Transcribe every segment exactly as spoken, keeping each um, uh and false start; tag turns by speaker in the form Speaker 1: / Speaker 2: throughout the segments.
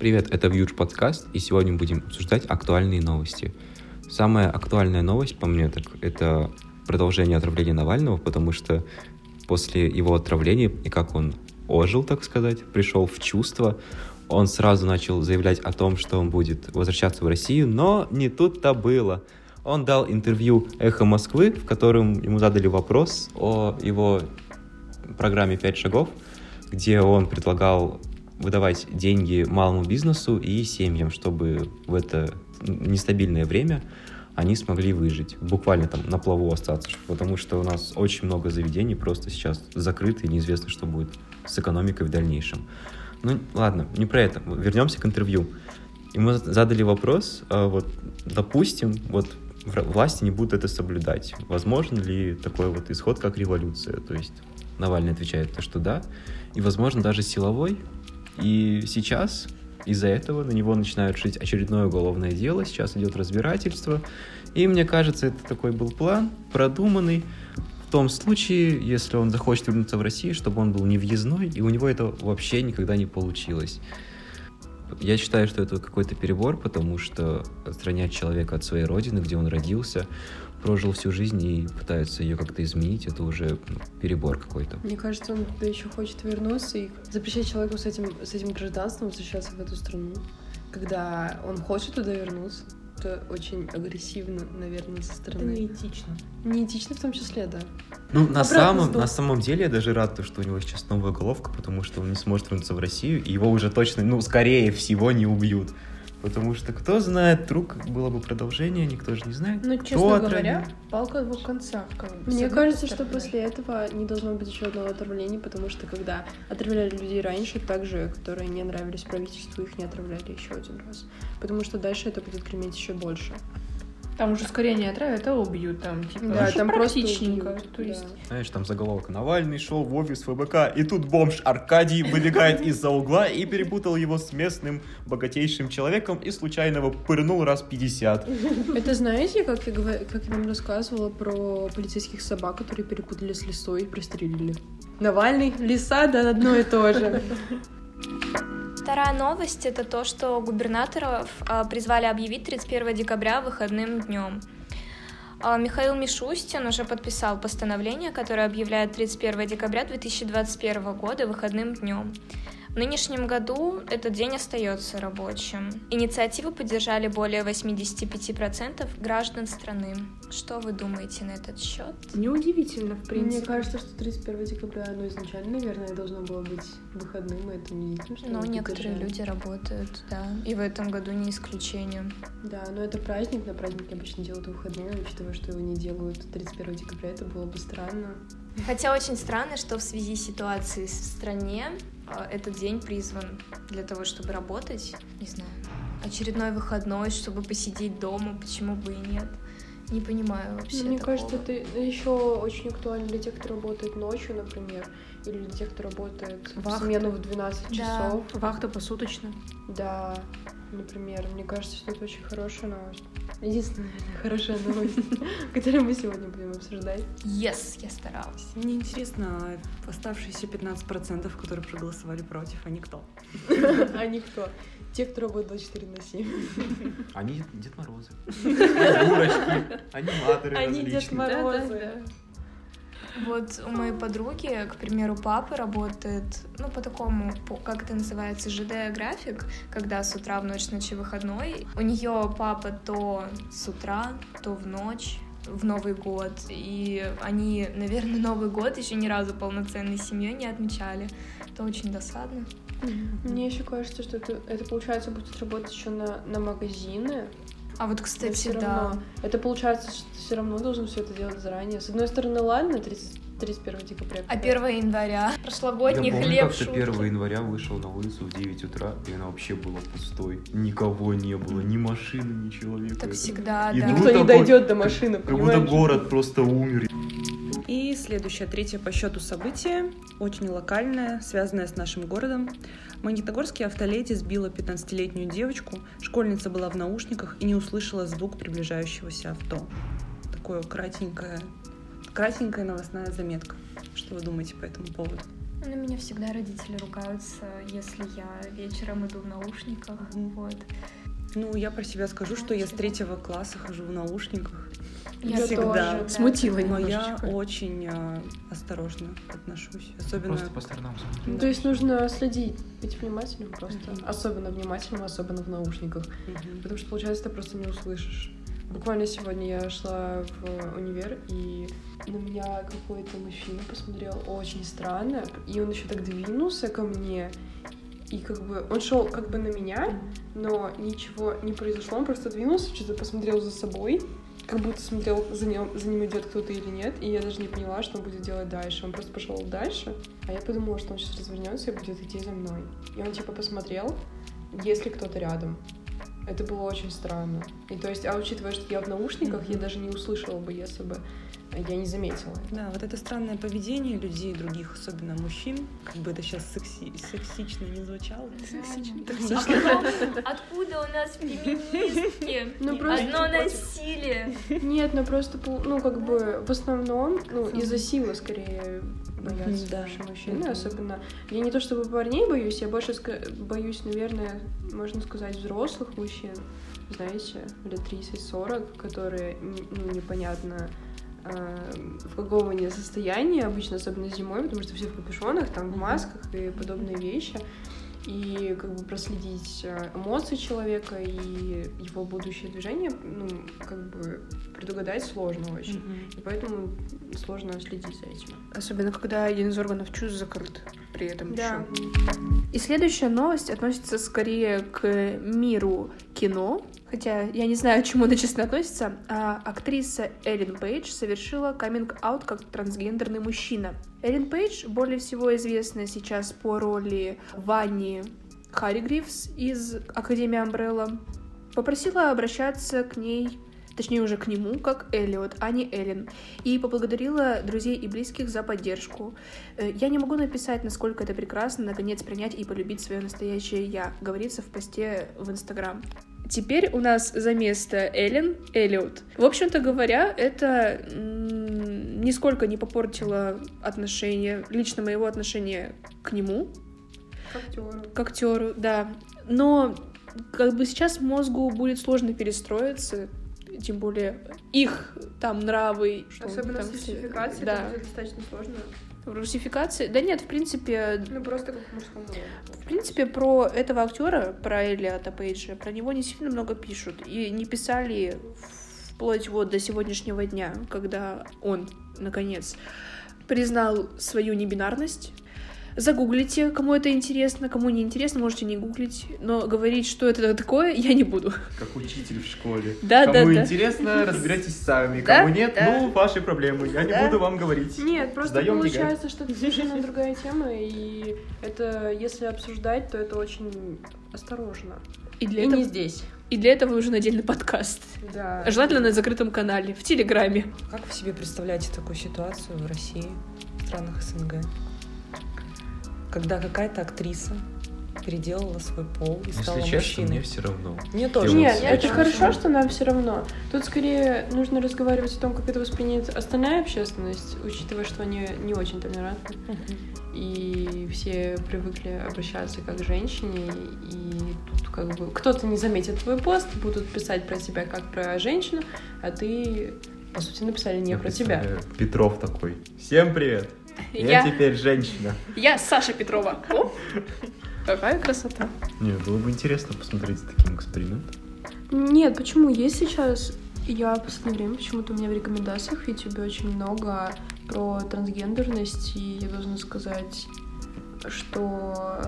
Speaker 1: Привет, это Вьюж подкаст, и сегодня будем обсуждать актуальные новости. Самая актуальная новость, по мне, так это продолжение отравления Навального, потому что после его отравления, и как он ожил, так сказать, пришел в чувство, он сразу начал заявлять о том, что он будет возвращаться в Россию, но не тут-то было. Он дал интервью «Эхо Москвы», в котором ему задали вопрос о его программе «Пять шагов», где он предлагал выдавать деньги малому бизнесу и семьям, чтобы в это нестабильное время они смогли выжить, буквально там на плаву остаться, потому что у нас очень много заведений просто сейчас закрыты, и неизвестно, что будет с экономикой в дальнейшем. Ну, ладно, не про это. Вернемся к интервью. Ему задали вопрос, вот, допустим, вот власти не будут это соблюдать. Возможен ли такой вот исход, как революция? То есть Навальный отвечает, что да, и, возможно, даже силовой. И сейчас из-за этого на него начинают шить очередное уголовное дело, сейчас идет разбирательство. И мне кажется, это такой был план, продуманный, в том случае, если он захочет вернуться в Россию, чтобы он был не въездной, и у него это вообще никогда не получилось. Я считаю, что это какой-то перебор, потому что отстранять человека от своей родины, где он родился, прожил всю жизнь и пытаются ее как-то изменить, это уже ну, перебор какой-то.
Speaker 2: Мне кажется, он еще хочет вернуться и запрещать человеку с этим, с этим гражданством возвращаться в эту страну. Когда он хочет туда вернуться, это очень агрессивно, наверное, со стороны.
Speaker 3: Это неэтично.
Speaker 2: Неэтично в том числе, да.
Speaker 1: Ну, на самом, на самом деле, я даже рад, что у него сейчас новая головка, потому что он не сможет вернуться в Россию, и его уже точно, ну, скорее всего, не убьют. Потому что, кто знает, вдруг было бы продолжение, никто же не знает.
Speaker 3: Ну, честно говоря, палка о двух концах.
Speaker 2: Мне кажется, что после этого не должно быть еще одного отравления, потому что когда отравляли людей раньше, также, которые не нравились правительству, их не отравляли еще один раз. Потому что дальше это будет греметь еще больше.
Speaker 3: Там уже скорее не отравят, а убьют, там, типа,
Speaker 2: да, там
Speaker 3: практичненько.
Speaker 2: Убьют,
Speaker 3: то есть...
Speaker 2: да.
Speaker 1: Знаешь, там заголовок: Навальный шел в офис ФБК, и тут бомж Аркадий выбегает из-за угла и перепутал его с местным богатейшим человеком и случайно пырнул раз пятьдесят.
Speaker 2: Это знаете, как я, говор... как я вам рассказывала про полицейских собак, которые перепутали с лисой и пристрелили? Навальный, лиса, да, одно и то же.
Speaker 4: Вторая новость — это то, что губернаторов а, призвали объявить тридцать первого декабря выходным днем. А, Михаил Мишустин уже подписал постановление, которое объявляет тридцать первого декабря две тысячи двадцать первого года выходным днем. В нынешнем году этот день остается рабочим. Инициативу поддержали более восемьдесят пять процентов граждан страны. Что вы думаете на этот счет?
Speaker 3: Неудивительно, в принципе.
Speaker 2: Мне кажется, что тридцать первого декабря, оно изначально, наверное, должно было быть выходным, и это неудивительно, что
Speaker 4: Но некоторые люди работают, да, и в этом году не исключение.
Speaker 2: Да, но это праздник, на праздник обычно делают выходной, учитывая, что его не делают тридцать первого декабря, это было бы странно.
Speaker 4: Хотя очень странно, что в связи с ситуацией в стране этот день призван для того, чтобы работать, не знаю, очередной выходной, чтобы посидеть дома, почему бы и нет. Не понимаю вообще
Speaker 2: Мне
Speaker 4: такого.
Speaker 2: кажется, это еще очень актуально для тех, кто работает ночью, например, или для тех, кто работает в смену в двенадцать
Speaker 4: Да.
Speaker 2: часов.
Speaker 3: Вахта посуточно.
Speaker 2: Да, например. Мне кажется, что это очень хорошая новость. Единственная, наверное, хорошая новость, которую мы сегодня будем обсуждать.
Speaker 4: Yes, я старалась.
Speaker 5: Мне интересно, оставшиеся пятнадцать процентов, которые проголосовали против, они кто?
Speaker 2: Они кто? Те, кто работает двадцать четыре на семь.
Speaker 1: Они Дед Морозы, дурочки, аниматоры
Speaker 2: Они Дед
Speaker 1: различные.
Speaker 2: Морозы.
Speaker 4: Да, да, да. Вот у моей подруги, к примеру, папа работает, ну, по такому, по, как это называется, ЖД-график, когда с утра в ночь, с ночи выходной. У нее папа то с утра, то в ночь, в Новый год. И они, наверное, Новый год еще ни разу полноценной семьей не отмечали. Это очень досадно.
Speaker 2: Мне еще кажется, что это, это получается, будет работать еще на, на магазины.
Speaker 4: А вот,
Speaker 2: Но
Speaker 4: кстати,
Speaker 2: всё
Speaker 4: да.
Speaker 2: равно. Это получается, что ты все равно должен все это делать заранее. С одной стороны, ладно, тридцать, тридцать первого декабря.
Speaker 4: А первого января? Прошлогодний
Speaker 1: Я помню,
Speaker 4: хлеб,
Speaker 1: как-то
Speaker 4: шутки.
Speaker 1: первого января вышел на улицу в девять утра, и она вообще была пустой. Никого не было, ни машины, ни человека.
Speaker 4: Так
Speaker 1: Это-
Speaker 4: всегда,
Speaker 1: Иду
Speaker 4: да.
Speaker 2: Никто не
Speaker 1: такой,
Speaker 2: дойдет до машины,
Speaker 1: Как будто
Speaker 2: понимаешь?
Speaker 1: город просто умер.
Speaker 5: И следующее, третье по счету событие, очень локальное, связанное с нашим городом. В Магнитогорске автоледи сбила пятнадцатилетнюю девочку. Школьница была в наушниках и не услышала звук приближающегося авто. Такое кратенькое, кратенькая новостная заметка. Что вы думаете по этому поводу?
Speaker 4: На меня всегда родители ругаются, если я вечером иду в наушниках.
Speaker 5: Мгм.
Speaker 4: Вот.
Speaker 5: Ну, я про себя скажу, что я с
Speaker 4: Спасибо.
Speaker 5: третьего класса хожу в наушниках.
Speaker 4: Я
Speaker 5: Всегда.
Speaker 4: тоже, да.
Speaker 3: Смутила
Speaker 5: Но я
Speaker 3: немножечко.
Speaker 5: очень а, осторожно отношусь. Особенно...
Speaker 1: Просто по сторонам смотри.
Speaker 2: Ну, то есть нужно следить, быть внимательным просто.
Speaker 5: Мгм.
Speaker 2: Особенно внимательным, особенно в наушниках.
Speaker 5: Мгм.
Speaker 2: Потому что, получается, ты просто не услышишь. Буквально сегодня я шла в универ, и на меня какой-то мужчина посмотрел очень странно, и он еще так двинулся ко мне, и как бы он шел как бы на меня, но ничего не произошло, он просто двинулся, что-то посмотрел за собой, как будто смотрел, за ним, за ним идет кто-то или нет, и я даже не поняла, что он будет делать дальше. Он просто пошел дальше, а я подумала, что он сейчас развернется и будет идти за мной. И он типа посмотрел, есть ли кто-то рядом. Это было очень странно. И то есть, а учитывая, что я в наушниках,
Speaker 5: Мгм.
Speaker 2: я даже не услышала бы, если бы я не заметила.
Speaker 5: Да, вот это странное поведение людей других, особенно мужчин, как бы это сейчас секси... сексично не звучало.
Speaker 3: Сексично.
Speaker 4: А потом, откуда у нас феминистки?
Speaker 2: Ну, просто
Speaker 4: Одно
Speaker 2: против.
Speaker 4: насилие.
Speaker 2: Нет, ну просто, пол- ну как бы в основном, ну из-за силы скорее боятся
Speaker 5: Да.
Speaker 2: наши мужчины,
Speaker 5: Мгм.
Speaker 2: особенно. Я не то чтобы парней боюсь, я больше ска- боюсь, наверное, можно сказать, взрослых мужчин, знаете, лет тридцать-сорок, которые, м, ну, непонятно, э, в каком они состоянии, обычно, особенно зимой, потому что все в капюшонах, там, в
Speaker 5: Мгм.
Speaker 2: масках и подобные вещи. И как бы проследить э, эмоции человека и его будущее движение, ну, как бы предугадать сложно очень.
Speaker 5: Мгм.
Speaker 2: И поэтому сложно следить за этим.
Speaker 3: Особенно, когда один из органов чувств закрыт при этом
Speaker 2: Да.
Speaker 3: еще. И следующая новость относится скорее к миру кино. Хотя я не знаю, к чему она честно относится. А актриса Эллен Пейдж совершила каминг-аут как трансгендерный мужчина. Эллен Пейдж более всего известна сейчас по роли Вани Харригривс из Академии Амбрелла. Попросила обращаться к ней, точнее уже к нему, как Эллиот, а не Эллен, и поблагодарила друзей и близких за поддержку. Э, «Я не могу написать, насколько это прекрасно, наконец принять и полюбить свое настоящее «я», говорится в посте в Инстаграм. Теперь у нас за место Эллен Эллиот. В общем-то говоря, это м, нисколько не попортило отношение, лично моего отношения к нему,
Speaker 2: К актеру.
Speaker 3: к актеру, да. Но как бы сейчас мозгу будет сложно перестроиться, тем более их там нравы. что
Speaker 2: Особенно
Speaker 3: там
Speaker 2: с
Speaker 3: все-
Speaker 2: русификацией,
Speaker 3: Да.
Speaker 2: это будет достаточно сложно.
Speaker 3: Русификация? Да нет, в принципе,
Speaker 2: Ну, просто как в мужском роде.
Speaker 3: в принципе, про этого актера, про Эллиота Пейджа, про него не сильно много пишут. И не писали вплоть вот до сегодняшнего дня, когда он, наконец, признал свою небинарность. Загуглите, кому это интересно, кому не интересно, можете не гуглить, но говорить, что это такое, я не буду.
Speaker 6: Как учитель в школе.
Speaker 3: Да, да,
Speaker 6: Кому
Speaker 3: да.
Speaker 6: интересно, разбирайтесь сами.
Speaker 3: Да,
Speaker 6: Кому нет,
Speaker 3: да.
Speaker 6: ну, ваши проблемы. Я не
Speaker 3: Да.
Speaker 6: буду вам говорить.
Speaker 2: Нет, просто
Speaker 6: Сдаём
Speaker 2: получается, что это совершенно другая тема, и это, если обсуждать, то это очень осторожно.
Speaker 3: И для,
Speaker 2: И
Speaker 3: этого,
Speaker 2: не здесь.
Speaker 3: и для этого нужен отдельный подкаст.
Speaker 2: Да.
Speaker 3: Желательно на закрытом канале, в Телеграме.
Speaker 5: Как вы себе представляете такую ситуацию в России, в странах СНГ? Когда какая-то актриса переделала свой пол и стала
Speaker 1: Если честно,
Speaker 5: мужчиной.
Speaker 1: мне все равно.
Speaker 5: Мне тоже.
Speaker 2: Нет,
Speaker 1: вот
Speaker 2: это
Speaker 1: сейчас.
Speaker 2: хорошо, что нам все равно. Тут скорее нужно разговаривать о том, как это воспринят остальная общественность, учитывая, что они не очень толерантны.
Speaker 5: Мгм.
Speaker 2: И все привыкли обращаться как к женщине, и тут как бы кто-то не заметит твой пост, будут писать про тебя как про женщину, а ты, по сути, написали не
Speaker 6: Я
Speaker 2: про тебя.
Speaker 6: представляю, Петров такой. Всем привет. Я, теперь женщина.
Speaker 3: Я Саша Петрова. О, какая красота.
Speaker 6: Не, было бы интересно посмотреть за таким экспериментом.
Speaker 2: Нет, почему? Есть сейчас, я в последнее время, почему-то у меня в рекомендациях в YouTube очень много про трансгендерность, и я должна сказать, что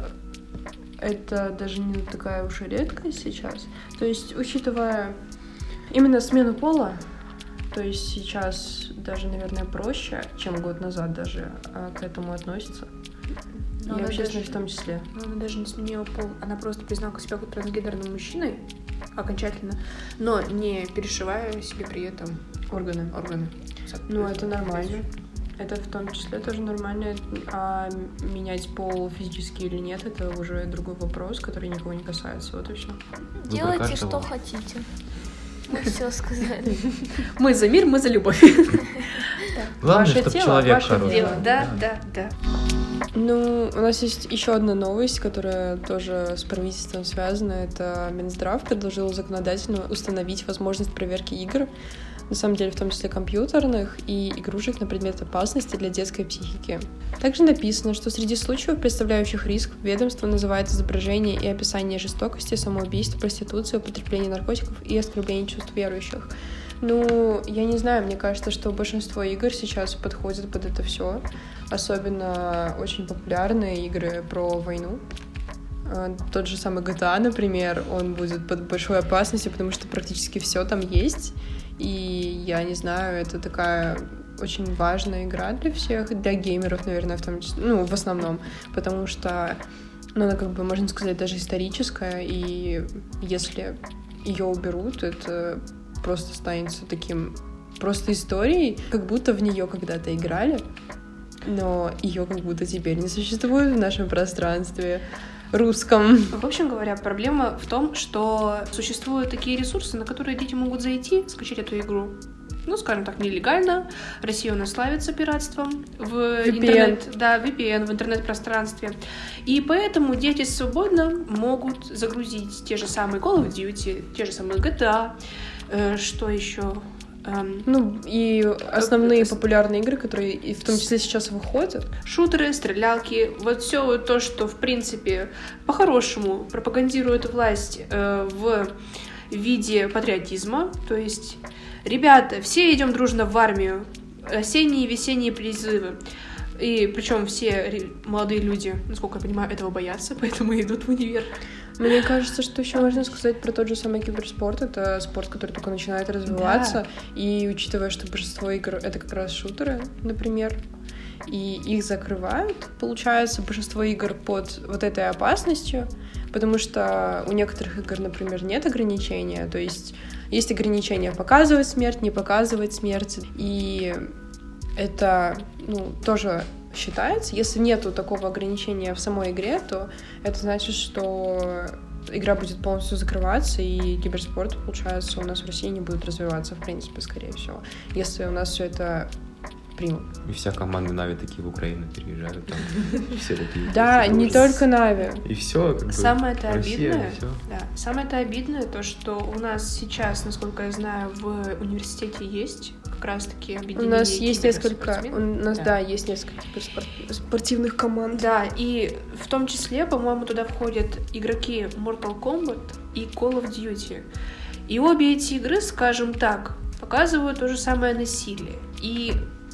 Speaker 2: это даже не такая уж и редкость сейчас. То есть, учитывая именно смену пола, то есть сейчас даже, наверное, проще, чем год назад даже а, к этому относится.
Speaker 3: Но
Speaker 2: И
Speaker 3: она
Speaker 2: общественность
Speaker 3: даже-
Speaker 2: в том числе.
Speaker 3: Но она даже не сменила пол. Она просто признала себя как трансгендерным мужчиной окончательно, но не перешивая себе при этом
Speaker 2: Органы.
Speaker 3: органы.
Speaker 2: Ну, это нормально. Это в том числе тоже нормально. А менять пол физически или нет, это уже другой вопрос, который никого не касается. Вот и все.
Speaker 4: Делайте,
Speaker 1: каждого.
Speaker 4: что хотите. Мы все сказали.
Speaker 3: Мы за мир, мы за любовь.
Speaker 1: Главное,
Speaker 2: Ваше
Speaker 1: чтобы
Speaker 2: тело,
Speaker 1: человек
Speaker 2: ваше
Speaker 1: хороший.
Speaker 2: дело.
Speaker 3: Да, да, да.
Speaker 2: Ну, у нас есть еще одна новость, которая тоже с правительством связана. Это Минздрав предложил законодательно установить возможность проверки игр, на самом деле в том числе компьютерных, и игрушек на предмет опасности для детской психики. Также написано, что среди случаев, представляющих риск, ведомство называет изображение и описание жестокости, самоубийства, проституции, употребления наркотиков и оскорбления чувств верующих. Ну, я не знаю, мне кажется, что большинство игр сейчас подходят под это все. Особенно очень популярные игры про войну. Тот же самый джи ти эй, например, он будет под большой опасностью, потому что практически все там есть. И я не знаю, это такая очень важная игра для всех, для геймеров, наверное, в том числе, ну, в основном, потому что, ну, она, как бы, можно сказать, даже историческая, и если ее уберут, это просто станет таким просто историей, как будто в нее когда-то играли, но ее как будто теперь не существует в нашем пространстве русском.
Speaker 3: В общем говоря, проблема в том, что существуют такие ресурсы, на которые дети могут зайти, скачать эту игру. Ну, скажем так, нелегально. Россия у нас славится пиратством в
Speaker 2: ви пи эн.
Speaker 3: интернет, да, ви пи эн в интернет-пространстве. И поэтому дети свободно могут загрузить те же самые Call of Duty, те же самые джи ти эй, э, что еще.
Speaker 2: Ну, и основные это... популярные игры, которые и в том числе сейчас выходят.
Speaker 3: Шутеры, стрелялки, вот все то, что, в принципе, по-хорошему пропагандирует власть э, в виде патриотизма. То есть, ребята, все идем дружно в армию, осенние и весенние призывы. И причем все молодые люди, насколько я понимаю, этого боятся, поэтому идут в универ.
Speaker 2: Мне кажется, что еще можно сказать про тот же самый киберспорт. Это спорт, который только начинает развиваться. Да. И учитывая, что большинство игр — это как раз шутеры, например, и их закрывают, получается, большинство игр под вот этой опасностью, потому что у некоторых игр, например, нет ограничения. То есть есть ограничения показывать смерть, не показывать смерть. И это, ну, тоже считается. Если нету такого ограничения в самой игре, то это значит, что игра будет полностью закрываться, и киберспорт, получается, у нас в России не будет развиваться, в принципе, скорее всего, если у нас все это примут.
Speaker 1: И вся команда Нави такие в Украину переезжают, там все такие.
Speaker 2: Да, не только Нави.
Speaker 1: И все, как бы.
Speaker 3: Самое-то обидное, да, самое-то обидное то, что у нас сейчас, насколько я знаю, в университете есть как раз-таки объединение.
Speaker 2: У нас есть несколько, у нас, да, да есть несколько спортивных команд.
Speaker 3: Да, и в том числе, по-моему, туда входят игроки Mortal Kombat и Call of Duty. И обе эти игры, скажем так, показывают то же самое насилие. И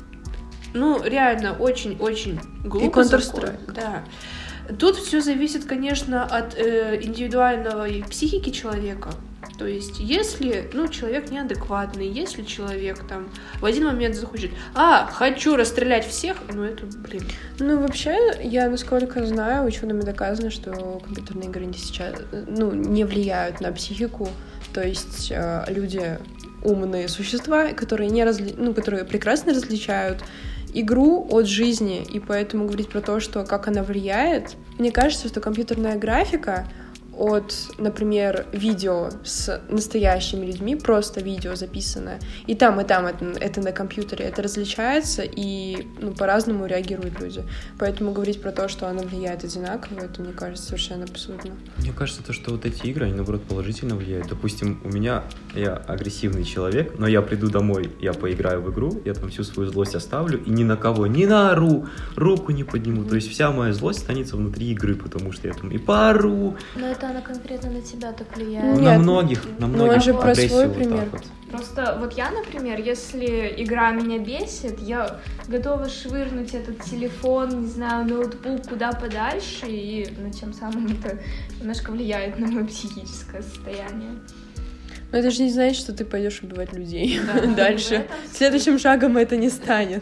Speaker 3: ну, реально, очень-очень глупо.
Speaker 2: И Counter-Strike.
Speaker 3: Да. Тут все зависит, конечно, от э, индивидуальной психики человека. То есть, если, ну, человек неадекватный, если человек там в один момент захочет, а, хочу расстрелять всех, ну, это, блин.
Speaker 2: Ну, вообще, я, насколько знаю, учеными доказано, что компьютерные игры не сейчас, ну, не влияют на психику. То есть, э, люди умные существа, которые, не разли... ну, которые прекрасно различают игру от жизни, и поэтому говорить про то, что как она влияет, мне кажется, что компьютерная графика от, например, видео с настоящими людьми, просто видео записанное, и там, и там это, это на компьютере, это различается, и ну, по-разному реагируют люди. Поэтому говорить про то, что она влияет одинаково, это, мне кажется, совершенно абсурдно.
Speaker 1: Мне кажется, то, что вот эти игры, они, наоборот, положительно влияют. Допустим, у меня, я агрессивный человек, но я приду домой, я поиграю в игру, я там всю свою злость оставлю, и ни на кого не наору, руку не подниму. То есть вся моя злость останется внутри игры, потому что я там и поору.
Speaker 4: Но это она конкретно на тебя так влияет.
Speaker 1: Нет, на многих, на многих.
Speaker 2: Он же про свой
Speaker 1: вот
Speaker 2: пример.
Speaker 1: Вот.
Speaker 4: Просто вот я, например, если игра меня бесит, я готова швырнуть этот телефон, не знаю, ноутбук куда подальше, и ну, тем самым это немножко влияет на мое психическое состояние.
Speaker 2: Но это же не значит, что ты пойдешь убивать людей
Speaker 4: да,
Speaker 2: дальше. Следующим шагом это не станет.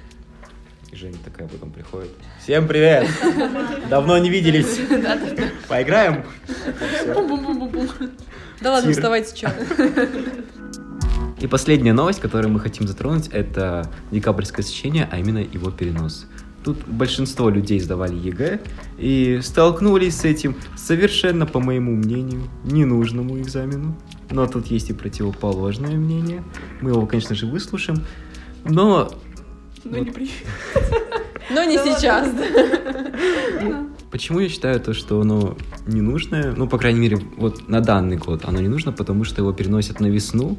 Speaker 1: И Женя такая потом приходит. Всем привет! Давно не виделись. Поиграем?
Speaker 2: Да ладно, вставайте, чё.
Speaker 1: И последняя новость, которую мы хотим затронуть, это декабрьское сочинение, а именно его перенос. Тут большинство людей сдавали ЕГЭ и столкнулись с этим совершенно, по моему мнению, ненужному экзамену. Но тут есть и противоположное мнение. Мы его, конечно же, выслушаем, но...
Speaker 3: Ну, вот. Не при...
Speaker 2: Но не сейчас.
Speaker 1: Почему я считаю то, что оно ненужное? Ну, по крайней мере, вот на данный год оно не нужно, потому что его переносят на весну,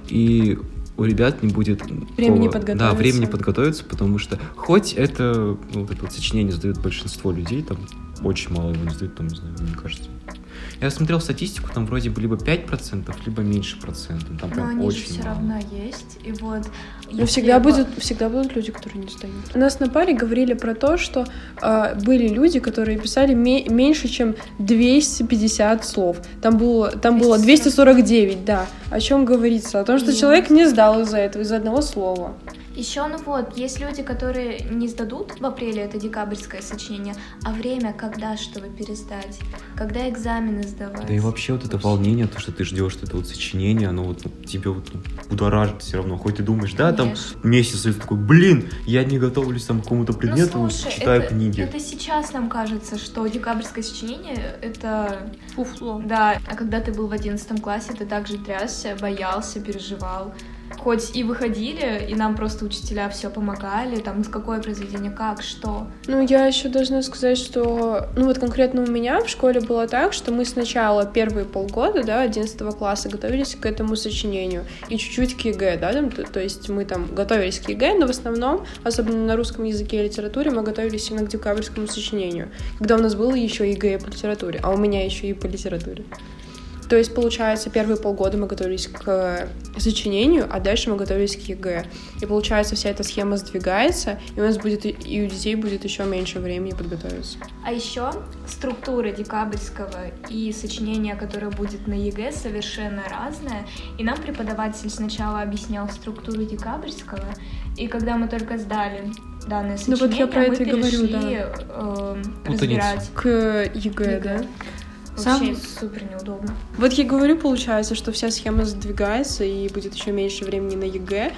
Speaker 1: и у ребят не будет
Speaker 2: времени
Speaker 1: такого,
Speaker 2: подготовиться.
Speaker 1: Да, времени подготовиться, потому что хоть это, ну, вот это вот сочинение задают большинство людей, там очень мало его не сдают, там, не знаю, мне кажется. Я смотрел статистику, там вроде бы либо пять процентов, либо меньше процентов. Там
Speaker 4: Но
Speaker 1: прям
Speaker 4: они
Speaker 1: очень
Speaker 4: же все
Speaker 1: мало.
Speaker 4: равно есть. И вот.
Speaker 2: Но всегда, будет, всегда будут люди, которые не сдают. У нас на паре говорили про то, что э, были люди, которые писали ме- меньше, чем двести пятьдесят слов. Там было, там было двести сорок девять, да. О чем говорится? О том, что
Speaker 4: Нет.
Speaker 2: человек не сдал из-за этого, из-за одного слова.
Speaker 4: Еще, ну вот, есть люди, которые не сдадут в апреле, это декабрьское сочинение, а время когда, чтобы пересдать, когда экзамены сдавать.
Speaker 1: Да и вообще вот это волнение, то, что ты ждешь, что это вот сочинение, оно вот ну, тебе вот ну, будоражит все равно. Хоть ты думаешь, да, там
Speaker 4: Конечно.
Speaker 1: месяц, и ты такой, блин, я не готовлюсь там к какому-то предмету,
Speaker 4: ну, слушай,
Speaker 1: читаю
Speaker 4: это,
Speaker 1: книги.
Speaker 4: Это сейчас нам кажется, что декабрьское сочинение — это
Speaker 3: Фуфло.
Speaker 4: Да, а когда ты был в одиннадцатом классе, ты также трясся, боялся, переживал. Хоть и выходили, и нам просто учителя все помогали, там, из какое произведение, как, что.
Speaker 2: Ну, я еще должна сказать, что, ну, вот конкретно у меня в школе было так, что мы сначала первые полгода, да, одиннадцатого класса готовились к этому сочинению, и чуть-чуть к ЕГЭ, да, там, то, то есть мы там готовились к ЕГЭ, но в основном, особенно на русском языке и литературе, мы готовились именно к декабрьскому сочинению, когда у нас было еще ЕГЭ по литературе, а у меня еще и по литературе. То есть, получается, первые полгода мы готовились к сочинению, а дальше мы готовились к ЕГЭ. И, получается, вся эта схема сдвигается, и у нас будет, и у детей будет еще меньше времени подготовиться.
Speaker 4: А еще структура декабрьского и сочинения, которое будет на ЕГЭ, совершенно разная. И нам преподаватель сначала объяснял структуру декабрьского, и когда мы только сдали данное сочинение,
Speaker 2: ну, вот я про
Speaker 4: мы
Speaker 2: это и
Speaker 4: перешли
Speaker 2: говорю, да.
Speaker 4: э, разбирать.
Speaker 2: К ЕГЭ,
Speaker 4: ЕГЭ.
Speaker 2: да?
Speaker 4: Вообще
Speaker 2: Сам...
Speaker 4: супер неудобно.
Speaker 2: Вот я говорю, получается, что вся схема сдвигается, и будет еще меньше времени на ЕГЭ,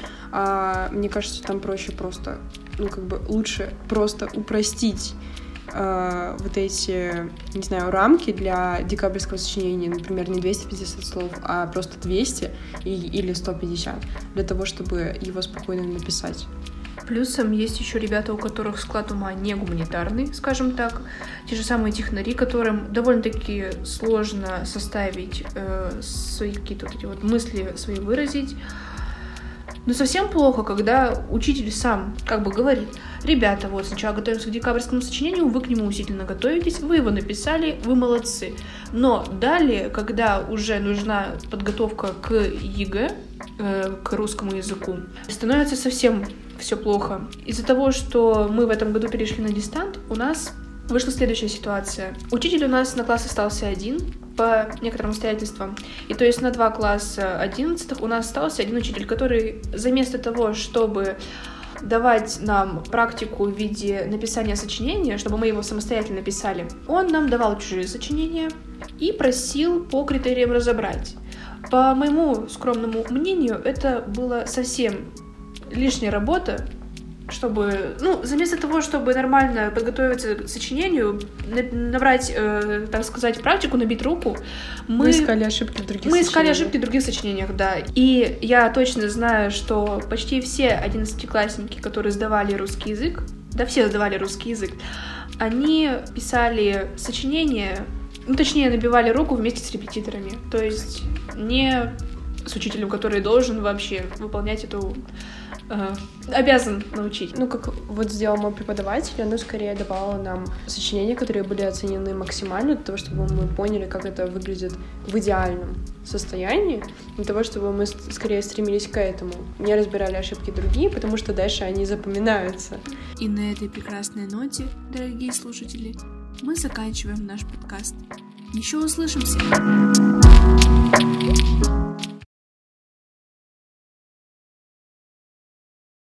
Speaker 2: а мне кажется, там проще просто, ну, как бы лучше просто упростить э, вот эти, не знаю, рамки для декабрьского сочинения, например, не двести пятьдесят слов, а просто двести и, или сто пятьдесят, для того, чтобы его спокойно написать.
Speaker 3: Плюсом есть еще ребята, у которых склад ума не гуманитарный, скажем так. Те же самые технари, которым довольно-таки сложно составить э, свои какие-то вот эти вот мысли свои выразить. Но совсем плохо, когда учитель сам как бы говорит: ребята, вот сначала готовимся к декабрьскому сочинению, вы к нему усиленно готовитесь, вы его написали, вы молодцы. Но далее, когда уже нужна подготовка к ЕГЭ, э, к русскому языку, становится совсем все плохо. Из-за того, что мы в этом году перешли на дистант, у нас вышла следующая ситуация. Учитель у нас на класс остался один по некоторым обстоятельствам. И то есть на два класса одиннадцатых у нас остался один учитель, который вместо того, чтобы давать нам практику в виде написания сочинения, чтобы мы его самостоятельно писали, он нам давал чужие сочинения и просил по критериям разобрать. По моему скромному мнению, это было совсем лишняя работа, чтобы, ну, вместо того, чтобы нормально подготовиться к сочинению, набрать, э, так сказать, практику, набить руку, мы...
Speaker 2: Мы искали ошибки в других
Speaker 3: Мы
Speaker 2: сочинениях.
Speaker 3: искали ошибки в других сочинениях, да. И я точно знаю, что почти все одиннадцатиклассники, которые сдавали русский язык, да все сдавали русский язык, они писали сочинения, ну, точнее, набивали руку вместе с репетиторами. То есть не с учителем, который должен вообще выполнять эту... Uh, обязан научить.
Speaker 2: Ну, как вот сделал мой преподаватель, оно скорее давало нам сочинения, которые были оценены максимально, для того, чтобы мы поняли, как это выглядит в идеальном состоянии, для того, чтобы мы скорее стремились к этому. Не разбирали ошибки другие, потому что дальше они запоминаются.
Speaker 3: И на этой прекрасной ноте, дорогие слушатели, мы заканчиваем наш подкаст. Еще услышимся!